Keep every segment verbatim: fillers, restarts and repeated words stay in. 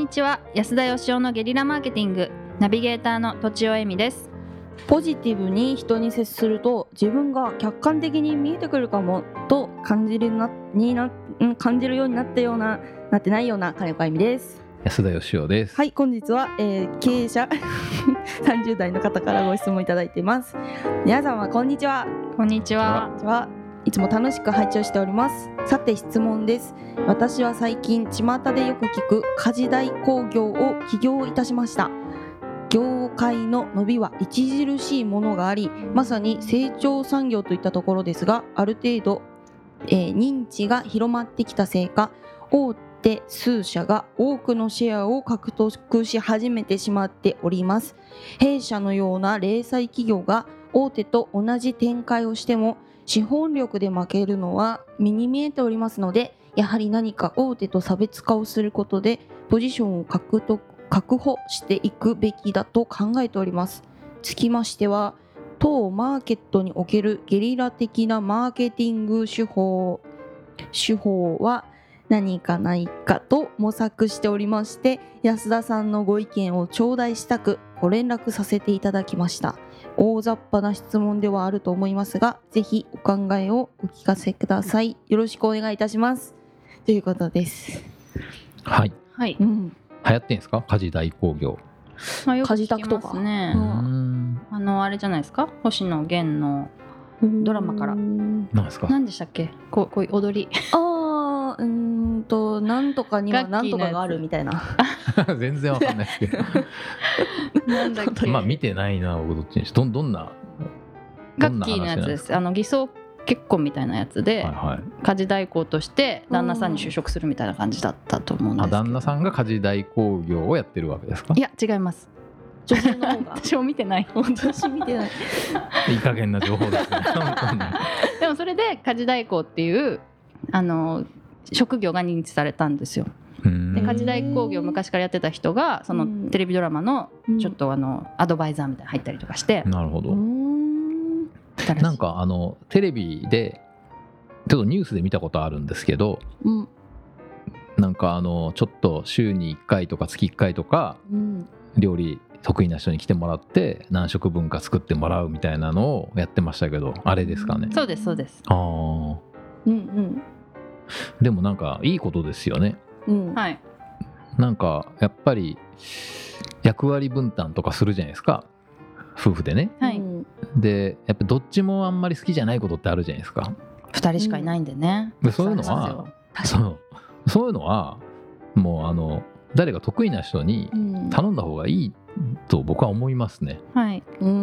にちは。安田義雄のゲリラマーケティングナビゲーターのとちおえみです。 ポジティブに人に接すると自分が客観的に見えてくるかもと感じるなにな感じるようになったようななってないような金子あゆみです。 安田義雄です。 はい、本日は、えー、経営者さんじゅう代の方からご質問いただいています。皆様こんにちは。 こんにちは。 こんにちは。いつも楽しく拝聴しております。さて質問です。私は最近巷でよく聞く家事代行業を起業いたしました。業界の伸びは著しいものがあり、まさに成長産業といったところですが、ある程度、えー、認知が広まってきたせいか、大手数社が多くのシェアを獲得し始めてしまっております。弊社のような零細企業が大手と同じ展開をしても資本力で負けるのは目に見えておりますので、やはり何か大手と差別化をすることでポジションを獲得確保していくべきだと考えております。つきましては、当マーケットにおけるゲリラ的なマーケティング手法手法は何かないかと模索しておりまして、安田さんのご意見を頂戴したくご連絡させていただきました。大雑把な質問ではあると思いますが、ぜひお考えをお聞かせください。よろしくお願いいたしますということです。 はい、 はい、 うん、 流行ってんですか、家事代行業。 まあ、よく聞きますね。 うんあのあれじゃないですか、星野源のドラマから何ですか。 何でしたっけ、こう、こういう踊りあーうーんとなんとかにはなんとかがあるみたいな全然わかんないですけどなんだっけまあ見てないな僕どっちにしどんどんなガッキーのやつです。あの偽装結婚みたいなやつで、はいはい、家事代行として旦那さんに就職するみたいな感じだったと思うんですけど、 あ旦那さんが家事代行業をやってるわけですか。 いや違います。 女性の方が私も見てない私見てないいい加減な情報ですねでもそれで家事代行っていうあの職業が認知されたんですよ。で家事代行業昔からやってた人がそのテレビドラマのちょっとあのアドバイザーみたいな入ったりとかして、 なるほど。 うーんなんかあのテレビでちょっとニュースで見たことあるんですけど、 うん、 なんかあのちょっと週にいっかいとか月いっかいとか、うん、料理得意な人に来てもらって何食分か作ってもらうみたいなのをやってましたけど、あれですかね。 そうですそうです。 ああ、 うんうん、 でもなんかいいことですよね。 うん、 はい。 なんかやっぱり役割分担とかするじゃないですか、夫婦でね。 はい。 でやっぱどっちもあんまり好きじゃないことってあるじゃないですか。 ふたりしかいないんでね、 うん、でそういうのはそうそういうのはもうあの誰か得意な人に頼んだ方がいいと僕は思いますね。 はい、 うん、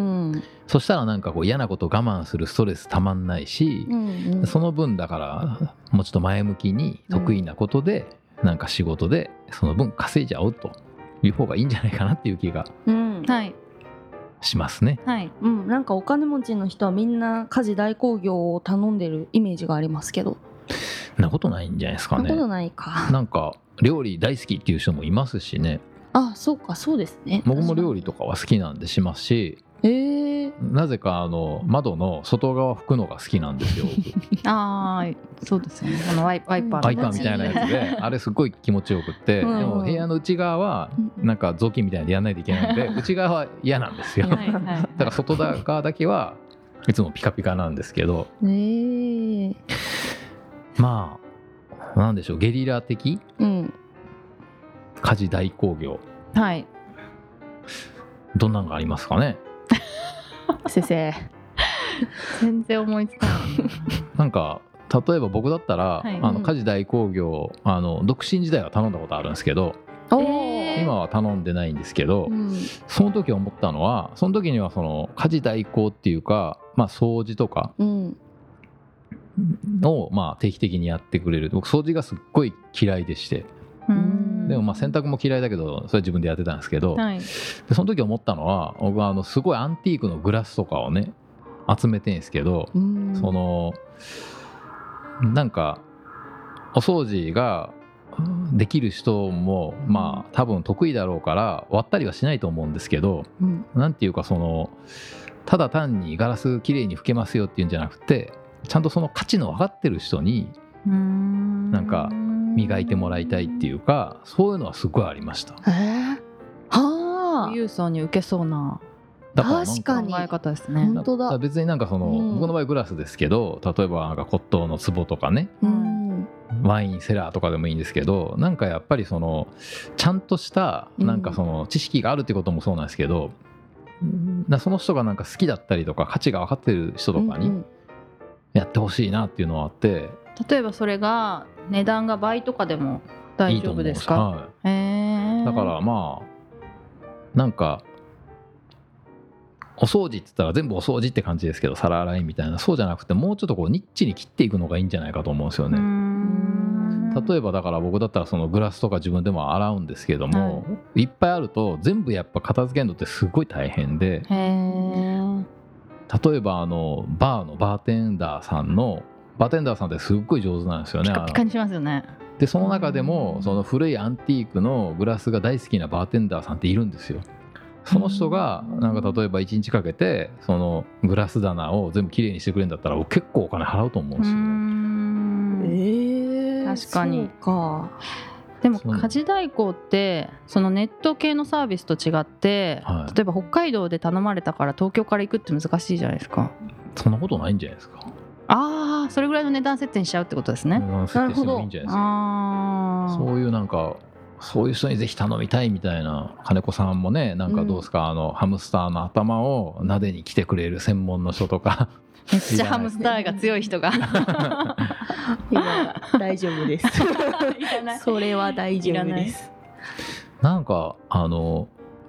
そしたらなんかこう嫌なこと我慢するストレスたまんないし、 うんうん、 その分だからもうちょっと前向きに得意なことで、うん、なんか仕事でその分稼いじゃおうという方がいいんじゃないかなっていう気がしますね。 はい、 うん、なんかお金持ちの人はみんな家事代行業を頼んでるイメージがありますけど、 そんなことないんじゃないですかね。 そんなことないか。 なんか料理大好きっていう人もいますしね。 あ、そうか、そうですね。 僕も料理とかは好きなんでしますし、 えー、 なぜかあの窓の外側拭くのが好きなんですよああ、そうですよね。あのワイ、ワイパーワイパーみたいなやつであれすごい気持ちよくって、うん、でも部屋の内側はなんか雑巾みたいでやんないといけないので内側は嫌なんですよはいはい、はい、だから外側だけはいつもピカピカなんですけど、 えー、 まあなんでしょう、ゲリラ的、 うん、 家事代行業、 はい、 どんなのがありますかね先生全然思いつかないなんか例えば僕だったら、はい、あの家事代行業あの独身時代は頼んだことあるんですけど、 えー、 今は頼んでないんですけど、 うん、 その時思ったのはその時にはその家事代行っていうか、まあ、掃除とかをまあ定期的にやってくれる。僕掃除がすっごい嫌いでして、うん、でもまあ洗濯も嫌いだけどそれは自分でやってたんですけど、はい、でその時思ったのは僕はあのすごいアンティークのグラスとかをね集めてんですけど、うん、そのなんかお掃除ができる人もまあ多分得意だろうから割ったりはしないと思うんですけど、うん、なんていうかそのただ単にガラスきれいに拭けますよっていうんじゃなくて、ちゃんとその価値の分かってる人になんか磨いてもらいたいっていうか、そういうのはすごいありました。 えー、はあ、 富裕層に受けそうなだからなん確かに考え方ですね。 本当だ。 別になんかその、うん、僕の場合グラスですけど、例えばなんか骨董の壺とかね、うん、ワインセラーとかでもいいんですけど、なんかやっぱりそのちゃんとしたなんかその知識があるってこともそうなんですけど、うん、その人がなんか好きだったりとか価値が分かってる人とかにやってほしいなっていうのはあって、うんうん、 例えばそれが値段が倍とかでも大丈夫ですか？ いいと思うし、はい、 へー。 だからまあなんかお掃除って言ったら全部お掃除って感じですけど、皿洗いみたいな、そうじゃなくてもうちょっとこうニッチに切っていくのがいいんじゃないかと思うんですよね。例えばだから僕だったらそのグラスとか自分でも洗うんですけども、はい、いっぱいあると全部やっぱ片付けるのってすごい大変で、へー。例えばあのバーのバーテンダーさんのバーテンダーさんってすっごい上手なんですよね。 ピカピカにしますよね。 でその中でもその古いアンティークのグラスが大好きなバーテンダーさんっているんですよ。その人がなんか例えばいちにちかけてそのグラス棚を全部きれいにしてくれるんだったら結構お金払うと思うんですよね。えー、確かに。そうか。 でも家事代行ってそのネット系のサービスと違って、はい、例えば北海道で頼まれたから東京から行くって難しいじゃないですか。 そんなことないんじゃないですか。 ああ、それぐらいの値段設定にしちゃうってことですね。 値段設定してもいいんじゃないですか。あ、そういうなんかそういう人にぜひ頼みたいみたいな。金子さんもね、なんかどうですか、うん、あのハムスターの頭を撫でに来てくれる専門の人とかめっちゃハムスターが強い人がいや大丈夫ですそれは大丈夫です。 なんかあの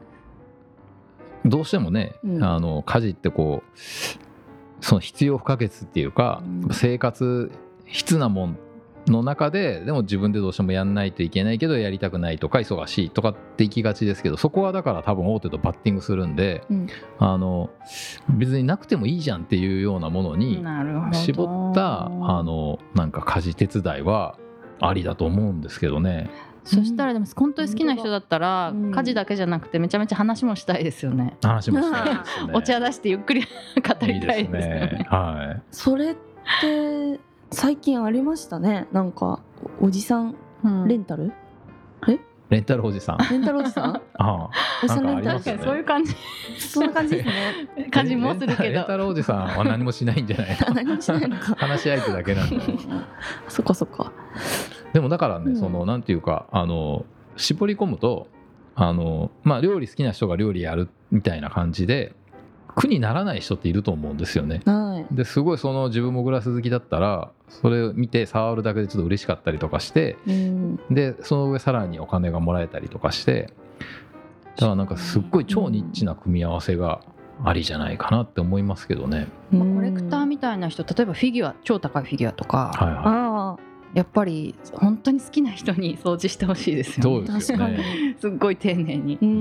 どうしてもね、うん、あの家事ってこうその必要不可欠っていうか、うん、生活必なもんの中ででも自分でどうしてもやんないといけないけどやりたくないとか忙しいとかって行きがちですけど、そこはだから多分大手とバッティングするんで、うん、あの別になくてもいいじゃんっていうようなものに絞ったあのなんか家事手伝いはありだと思うんですけどね。 そしたらでも本当に好きな人だったら、うん、家事だけじゃなくてめちゃめちゃ話もしたいですよね。 話もしたいですねお茶出してゆっくり語りたいですよね。いいですね、 はい、 それって最近ありましたね。なんかおじさんレンタル、うん、えレンタルおじさんレンタルおじさんああ、なんかありますね。 そういう感じそんな感じですね。 感じもするけどレンタルおじさんは何もしないんじゃないの何もしないのか話し相手だけなんだそっかそっか。 でもだからね、うん、そのなんていうかあの絞り込むとあの、まあ、料理好きな人が料理やるみたいな感じで苦にならない人っていると思うんですよね、はい、ですごいその自分もグラス好きだったらそれを見て触るだけでちょっと嬉しかったりとかして、うん、でその上さらにお金がもらえたりとかして、だからなんかすっごい超ニッチな組み合わせがありじゃないかなって思いますけどね、 まあ、コレクターみたいな人、例えばフィギュア、超高いフィギュアとか、はいはい、やっぱり本当に好きな人に掃除してほしいですよね。 そうですよねすっごい丁寧に、 うん、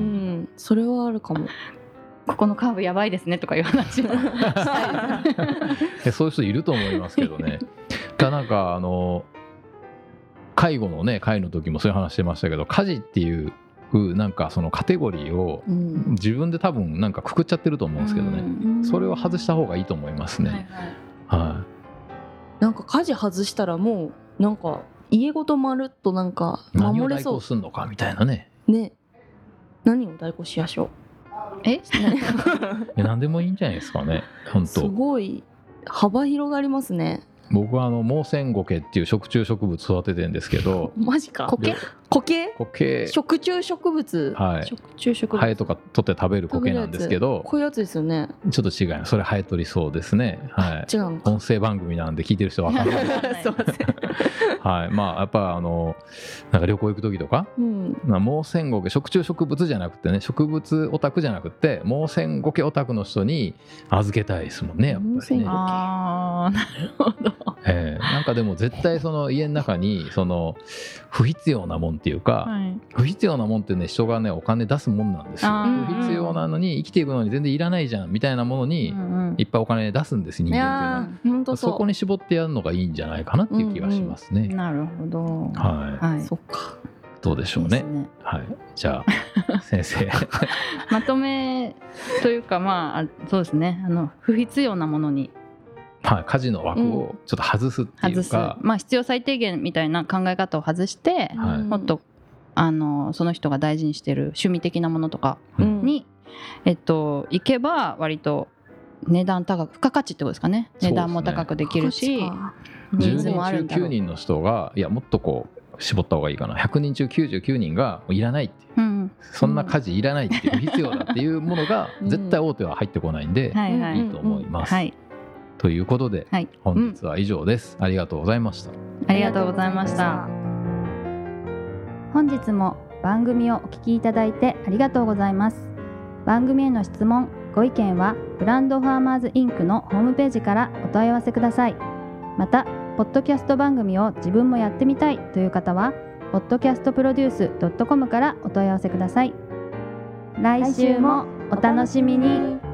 それはあるかも。 ここのカーブやばいですねとかいう話をしたいですねそういう人いると思いますけどねだなんかあの介護のね会の時もそういう話してましたけど、家事っていうなんかそのカテゴリーを自分で多分なんかくくっちゃってると思うんですけどね、うん、それを外した方がいいと思いますね、はいはいはい、 なんか家事外したらもうなんか家ごとまるっとなんか守れそう。 何を代行すんのかみたいなね。 ね、何を代行しやしょう。 え何でもいいんじゃないですかね。本当すごい幅広がりますね。 僕はあのモウセンゴケっていう食虫植物育ててるんですけどマジか。 苔苔苔食虫植物、 はい、 食虫植物ハエとか取って食べる苔なんですけど、 こういうやつですよね。 ちょっと違う、それハエ取りそうですね、はい、 違うのか。 音声番組なんで聞いてる人は分かんないすいませんはい、まあやっぱあのなんか旅行行く時とか、うん、モウセンゴケ食虫植物じゃなくてね、植物オタクじゃなくてモウセンゴケオタクの人に預けたいですもんね、やっぱりね。 あー、なるほど、 えー、なんかでも絶対その家の中にその不必要なもんっていうか、はい、不必要なもんってね人がねお金出すもんなんですよ。不必要なのに生きていくのに全然いらないじゃんみたいなものにいっぱいお金出すんです、人間っていうのは。 本当そう。 そこに絞ってやるのがいいんじゃないかなっていう気がしますね、うんうん、 なるほど、 はい、 はい、そっか、 どうでしょう ね, ね、はい、じゃあ先生まとめというか、まあそうですね、あの不必要なものにまあ、家事の枠をちょっと外すっていうか、 うん、まあ、必要最低限みたいな考え方を外して、はい、もっとあのその人が大事にしてる趣味的なものとかに、うん、えっと、行けば割と値段高く付加価値ってことですかね。値段も高くできるし、 ニーズもあるんだろう。じゅうにん中きゅうにんの人がいやもっとこう絞った方がいいかな、ひゃくにん中きゅうじゅうきゅうにんがいらないって、うん、そんな家事いらないっていう、必要だっていうものが絶対大手は入ってこないんで、うん、いいと思います、はい、ということで、はい、本日は以上です、うん、ありがとうございました。 ありがとうございました。 本日も番組をお聞きいただいてありがとうございます。番組への質問ご意見はブランドファーマーズインクのホームページからお問い合わせください。またポッドキャスト番組を自分もやってみたいという方はポッドキャストプロデュースドットコムからお問い合わせください。来週もお楽しみに。